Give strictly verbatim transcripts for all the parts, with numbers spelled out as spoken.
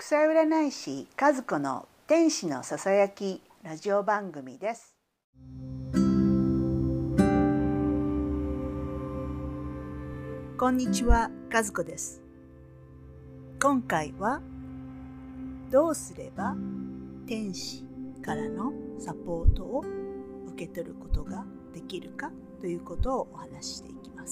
国際占い師和子の天使のささやきラジオ番組です。こんにちは、和子です。今回はどうすれば天使からのサポートを受け取ることができるかということをお話ししていきます。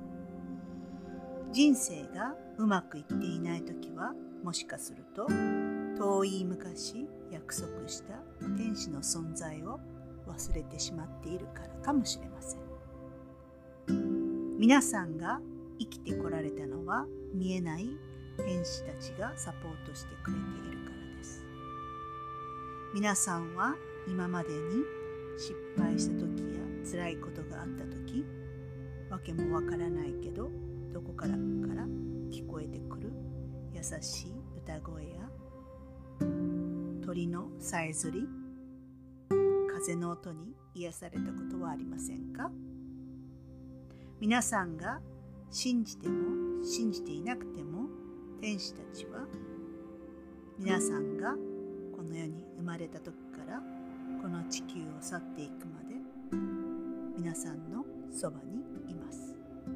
人生がうまくいっていないときは、もしかすると遠い昔約束した天使の存在を忘れてしまっているからかもしれません。皆さんが生きてこられたのは見えない天使たちがサポートしてくれているからです。皆さんは今までに失敗した時や辛いことがあった時、わけもわからないけどどこからから聞こえてくる優しい歌声や鳥のさえずり、風の音に癒されたことはありませんか？皆さんが信じても信じていなくても、天使たちは皆さんがこの世に生まれた時からこの地球を去っていくまで皆さんのそばにいます。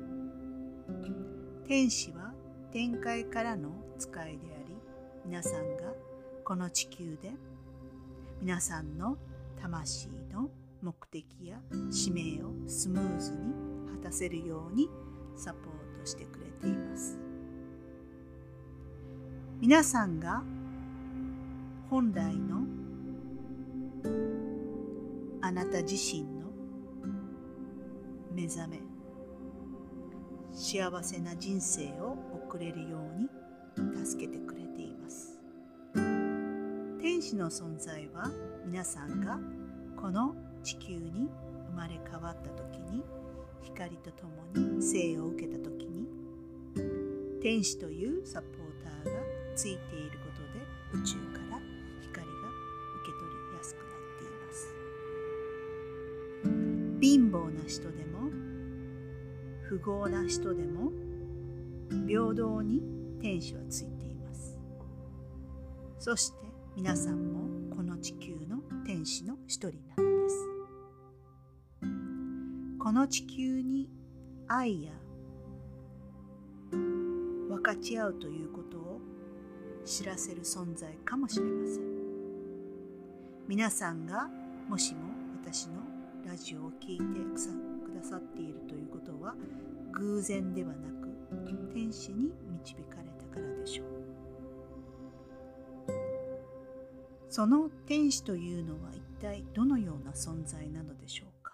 天使は天界からの使いであり、皆さんがこの地球で皆さんの魂の目的や使命をスムーズに果たせるようにサポートしてくれています。皆さんが本来のあなた自身の目覚め、幸せな人生を送れるように助けてくれています。天使の存在は皆さんがこの地球に生まれ変わった時に、光とともに生を受けた時に、天使というサポーターがついていることで宇宙から光が受け取りやすくなっています。貧乏な人でも富豪な人でも平等に天使はついています。そして皆さんもこの地球の天使の一人なのです。この地球に愛や分かち合うということを知らせる存在かもしれません。皆さんがもしも私のラジオを聞いてくださっているということは偶然ではなく天使に導かれたからでしょう。その天使というのは一体どのような存在なのでしょうか。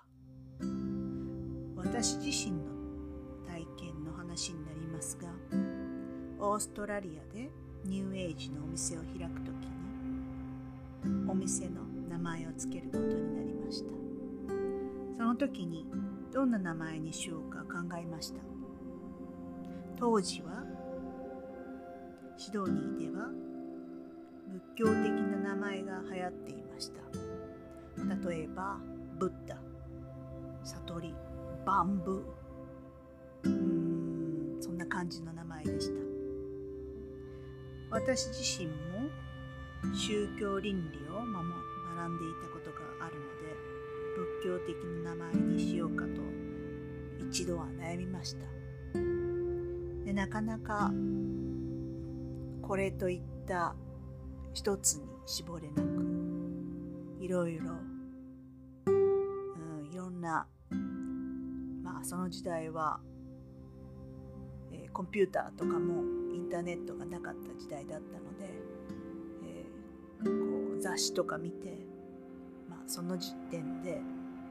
私自身の体験の話になりますが、オーストラリアでニューエイジのお店を開くときにお店の名前をつけることになりました。その時にどんな名前にしようか考えました。当時はシドニーでは仏教的な名前が流行っていました。例えばブッダ、悟り、バンブー、うーんそんな感じの名前でした。私自身も宗教倫理を学んでいたことがあるので、仏教的な名前にしようかと一度は悩みました。でなかなかこれといった一つに絞れなく、いろいろ、うん、いろんな、まあその時代は、えー、コンピューターとかもインターネットがなかった時代だったので、えー、こう雑誌とか見て、まあその時点で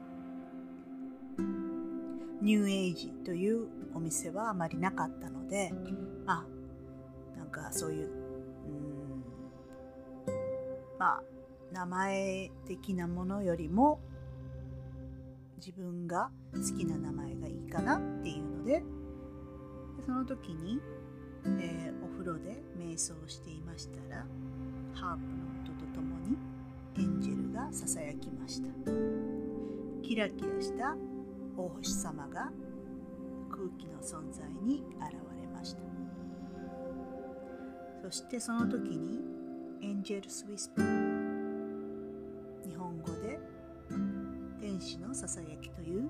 ニューエイジというお店はあまりなかったので、まあなんかそういう、うーんまあ名前的なものよりも自分が好きな名前がいいかなっていうので、その時に、えー、お風呂で瞑想していましたら、ハープの音とともにエンジェルがささやきました。キラキラしたお星様が空気の存在に現れました。 そしてその時にエンジェルスウィスパー、日本語で天使のささやきという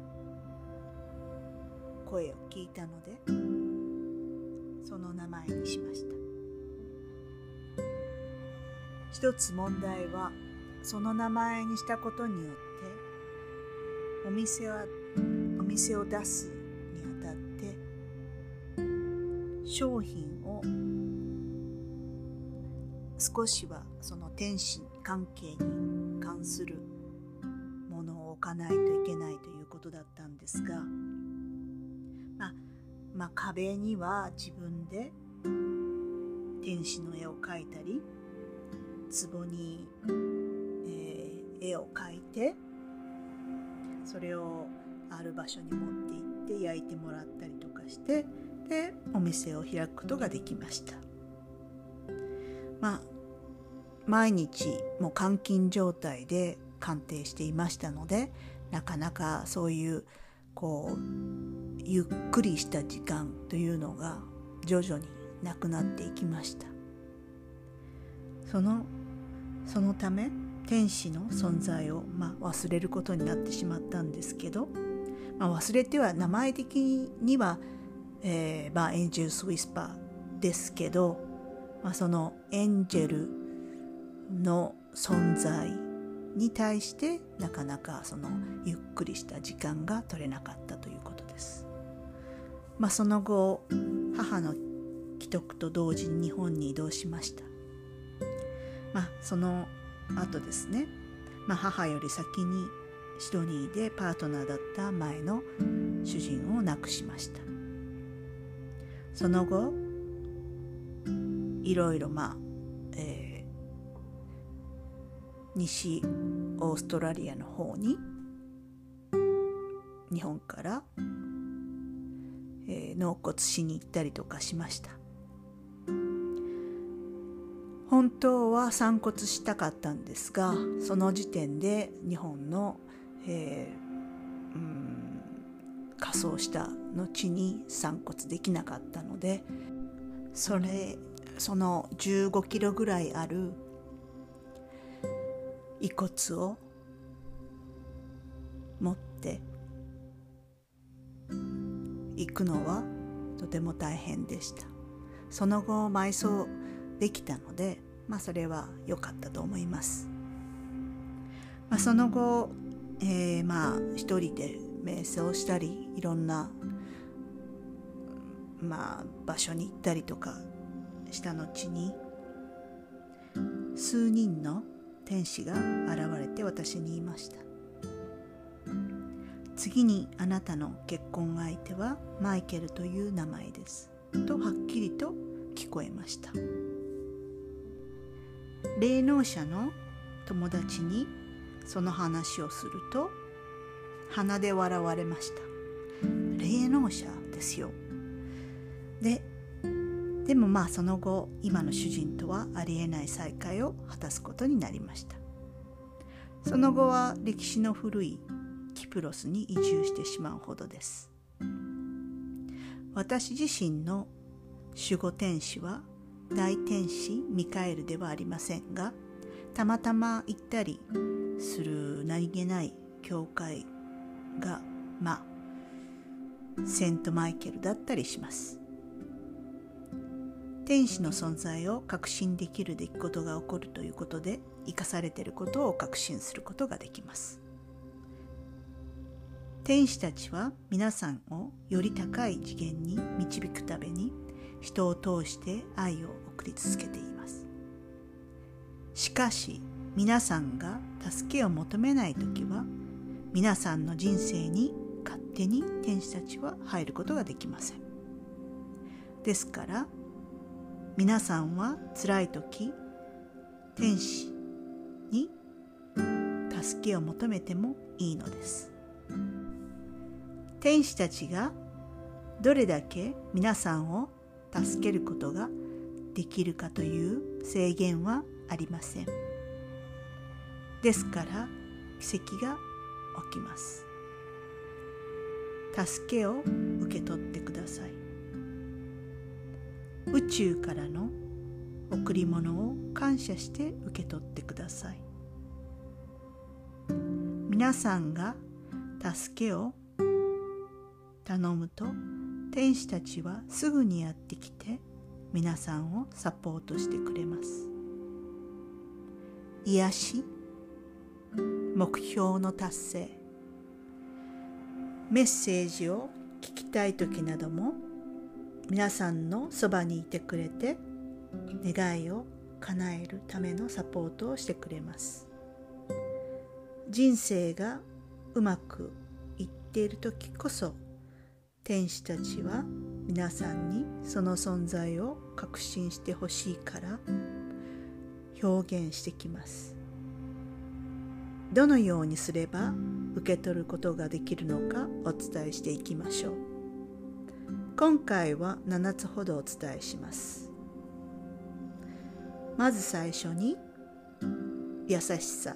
声を聞いたので、その名前にしました。一つ問題は、その名前にしたことによってお店はお店を出すにあたって商品を少しはその天使関係に関するものを置かないといけないということだったんですが、まあ、まあ壁には自分で天使の絵を描いたり、壺に、えー、絵を描いてそれをある場所に持って行って焼いてもらったりとかして、でお店を開くことができました。まあ毎日もう監禁状態で鑑定していましたので、なかなかそういうこうゆっくりした時間というのが徐々になくなっていきました。そのそのため天使の存在を、まあ、忘れることになってしまったんですけど、まあ、忘れては名前的には、えーまあ、エンジェルスウィスパーですけど、まあ、そのエンジェルの存在に対してなかなかそのゆっくりした時間が取れなかったということです。まあ、その後母の帰国と同時に日本に移動しました。まあ、その後ですね、まあ、母より先にシドニーでパートナーだった前の主人を亡くしました。その後いろいろまあ、えー、西オーストラリアの方に日本から、えー、納骨しに行ったりとかしました。本当は散骨したかったんですが、その時点で日本の、えー、うん火葬した後に散骨できなかったので、それそのじゅうごキロぐらいある遺骨を持って行くのはとても大変でした。その後埋葬できたので、まあ、それは良かったと思います。まあ、その後、えー、まあ一人で瞑想したり、いろんな、まあ、場所に行ったりとかした後に、数人の天使が現れて私に言いました。次にあなたの結婚相手はマイケルという名前ですとはっきりと聞こえました。霊能者の友達にその話をすると鼻で笑われました。霊能者ですよ。で、でもまあその後今の主人とはありえない再会を果たすことになりました。その後は歴史の古いキプロスに移住してしまうほどです。私自身の守護天使は大天使ミカエルではありませんが、たまたま行ったりする何気ない教会がまあセントマイケルだったりします。天使の存在を確信できる出来事が起こるということで、生かされていることを確信することができます。天使たちは皆さんをより高い次元に導くために人を通して愛を送り続けています。しかし皆さんが助けを求めないときは、皆さんの人生に勝手に天使たちは入ることができません。ですから皆さんは辛いとき、天使に助けを求めてもいいのです。天使たちがどれだけ皆さんを助けることができるかという制限はありません。ですから奇跡が起きます。助けを受け取ってください。宇宙からの贈り物を感謝して受け取ってください。皆さんが助けを頼むと、天使たちはすぐにやってきて皆さんをサポートしてくれます。癒し、目標の達成、メッセージを聞きたい時なども皆さんのそばにいてくれて、願いを叶えるためのサポートをしてくれます。人生がうまくいっている時こそ、天使たちは皆さんにその存在を確信してほしいから表現してきます。どのようにすれば受け取ることができるのかお伝えしていきましょう。今回はななつほどお伝えします。まず最初に、優しさ。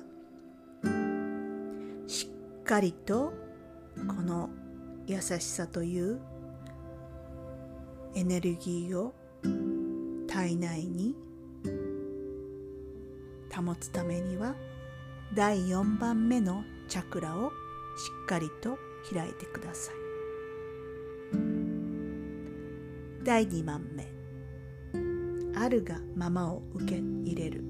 しっかりとこの優しさというエネルギーを体内に保つためには、だいよんばんめのチャクラをしっかりと開いてください。だいにばんめ、あるがままを受け入れる。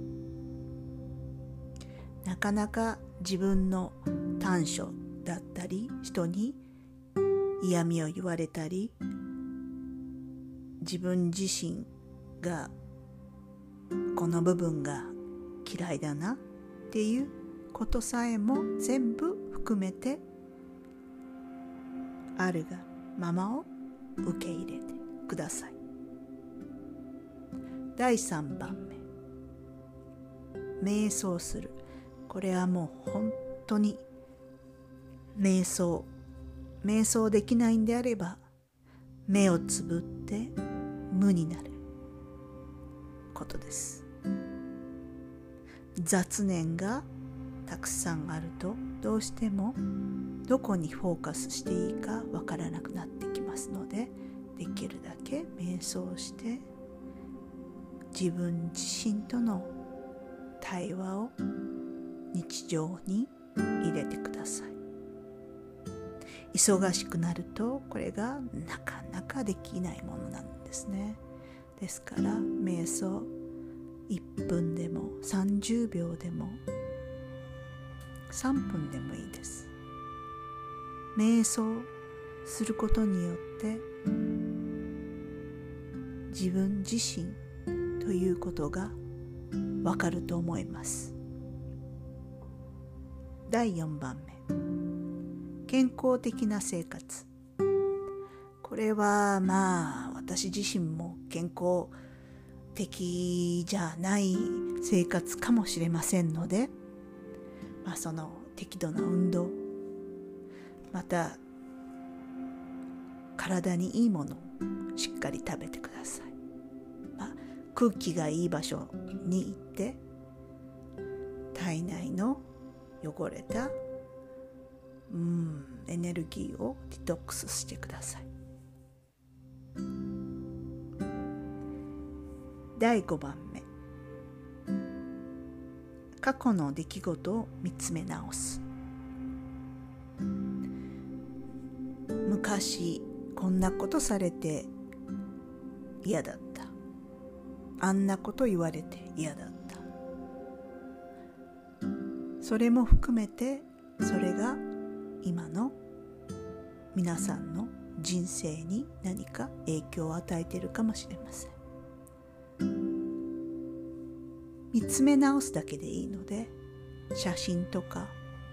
なかなか自分の短所だったり、人に嫌味を言われたり、自分自身がこの部分が嫌いだなっていうことさえも全部含めて、あるがままを受け入れてください。だいさんばんめ、瞑想する。これはもう本当に瞑想瞑想できないんであれば、目をつぶって無になることです。雑念がたくさんあると、どうしてもどこにフォーカスしていいかわからなくなってきますので、できるだけ瞑想して自分自身との対話を日常に入れてください。忙しくなるとこれがなかなかできないものなんですね。ですから瞑想いっぷんでもさんじゅうびょうでもさんぷんでもいいです。瞑想することによって自分自身ということがわかると思います。だいよんばんめ、健康的な生活。これはまあ私自身も健康的じゃない生活かもしれませんので、まあ、その適度な運動、また体にいいものをしっかり食べてください。まあ、空気がいい場所に行って体内の汚れたうんエネルギーをディトックスしてください。だいごばんめ、過去の出来事を見つめ直す。昔こんなことされて嫌だった、あんなこと言われて嫌だった、それも含めてそれが今の皆さんの人生に何か影響を与えているかもしれません。見つめ直すだけでいいので、写真とか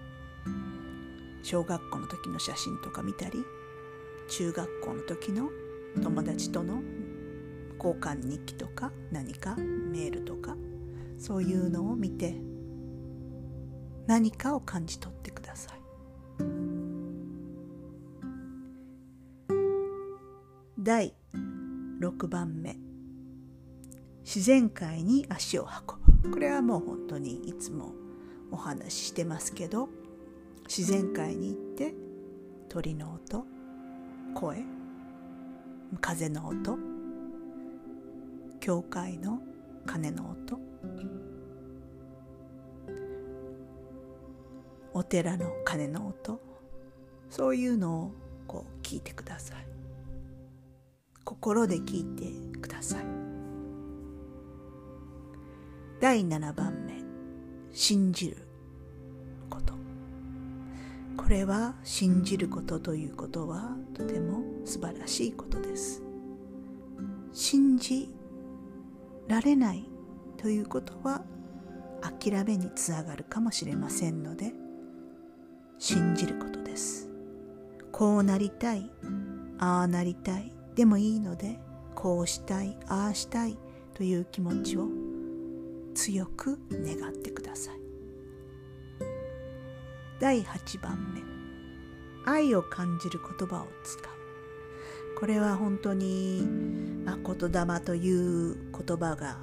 小学校の時の写真とか見たり、中学校の時の友達との交換日記とか何かメールとか、そういうのを見て何かを感じ取ってください。だいろくばんめ、自然界に足を運ぶ。これはもう本当にいつもお話ししてますけど、自然界に行って鳥の音、声、風の音、教会の鐘の音、お寺の鐘の音、そういうのをこう聞いてください。心で聞いてください。だいななばんめ、信じること。これは信じることということはとても素晴らしいことです。信じられないということは諦めにつながるかもしれませんので、信じることです。こうなりたい、ああなりたいでもいいので、こうしたい、ああしたいという気持ちを強く願ってください。だいはちばんめ、愛を感じる言葉を使う。これは本当に、まあ、言霊という言葉が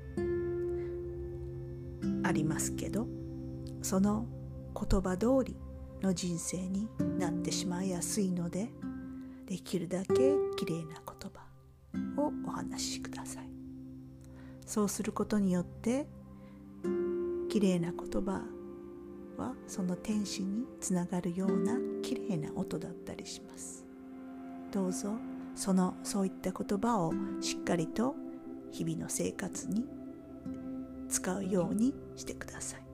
ありますけど、その言葉通りの人生になってしまいやすいので、できるだけきれいな言葉をお話しください。そうすることによってきれいな言葉はその天使につながるようなきれいな音だったりします。どうぞそのそういった言葉をしっかりと日々の生活に使うようにしてください。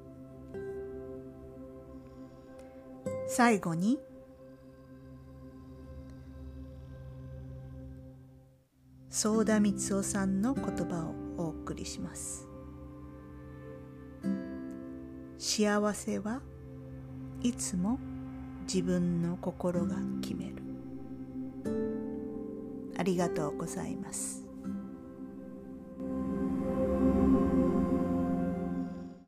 最後に相田光夫さんの言葉をお送りします。幸せはいつも自分の心が決める。ありがとうございます。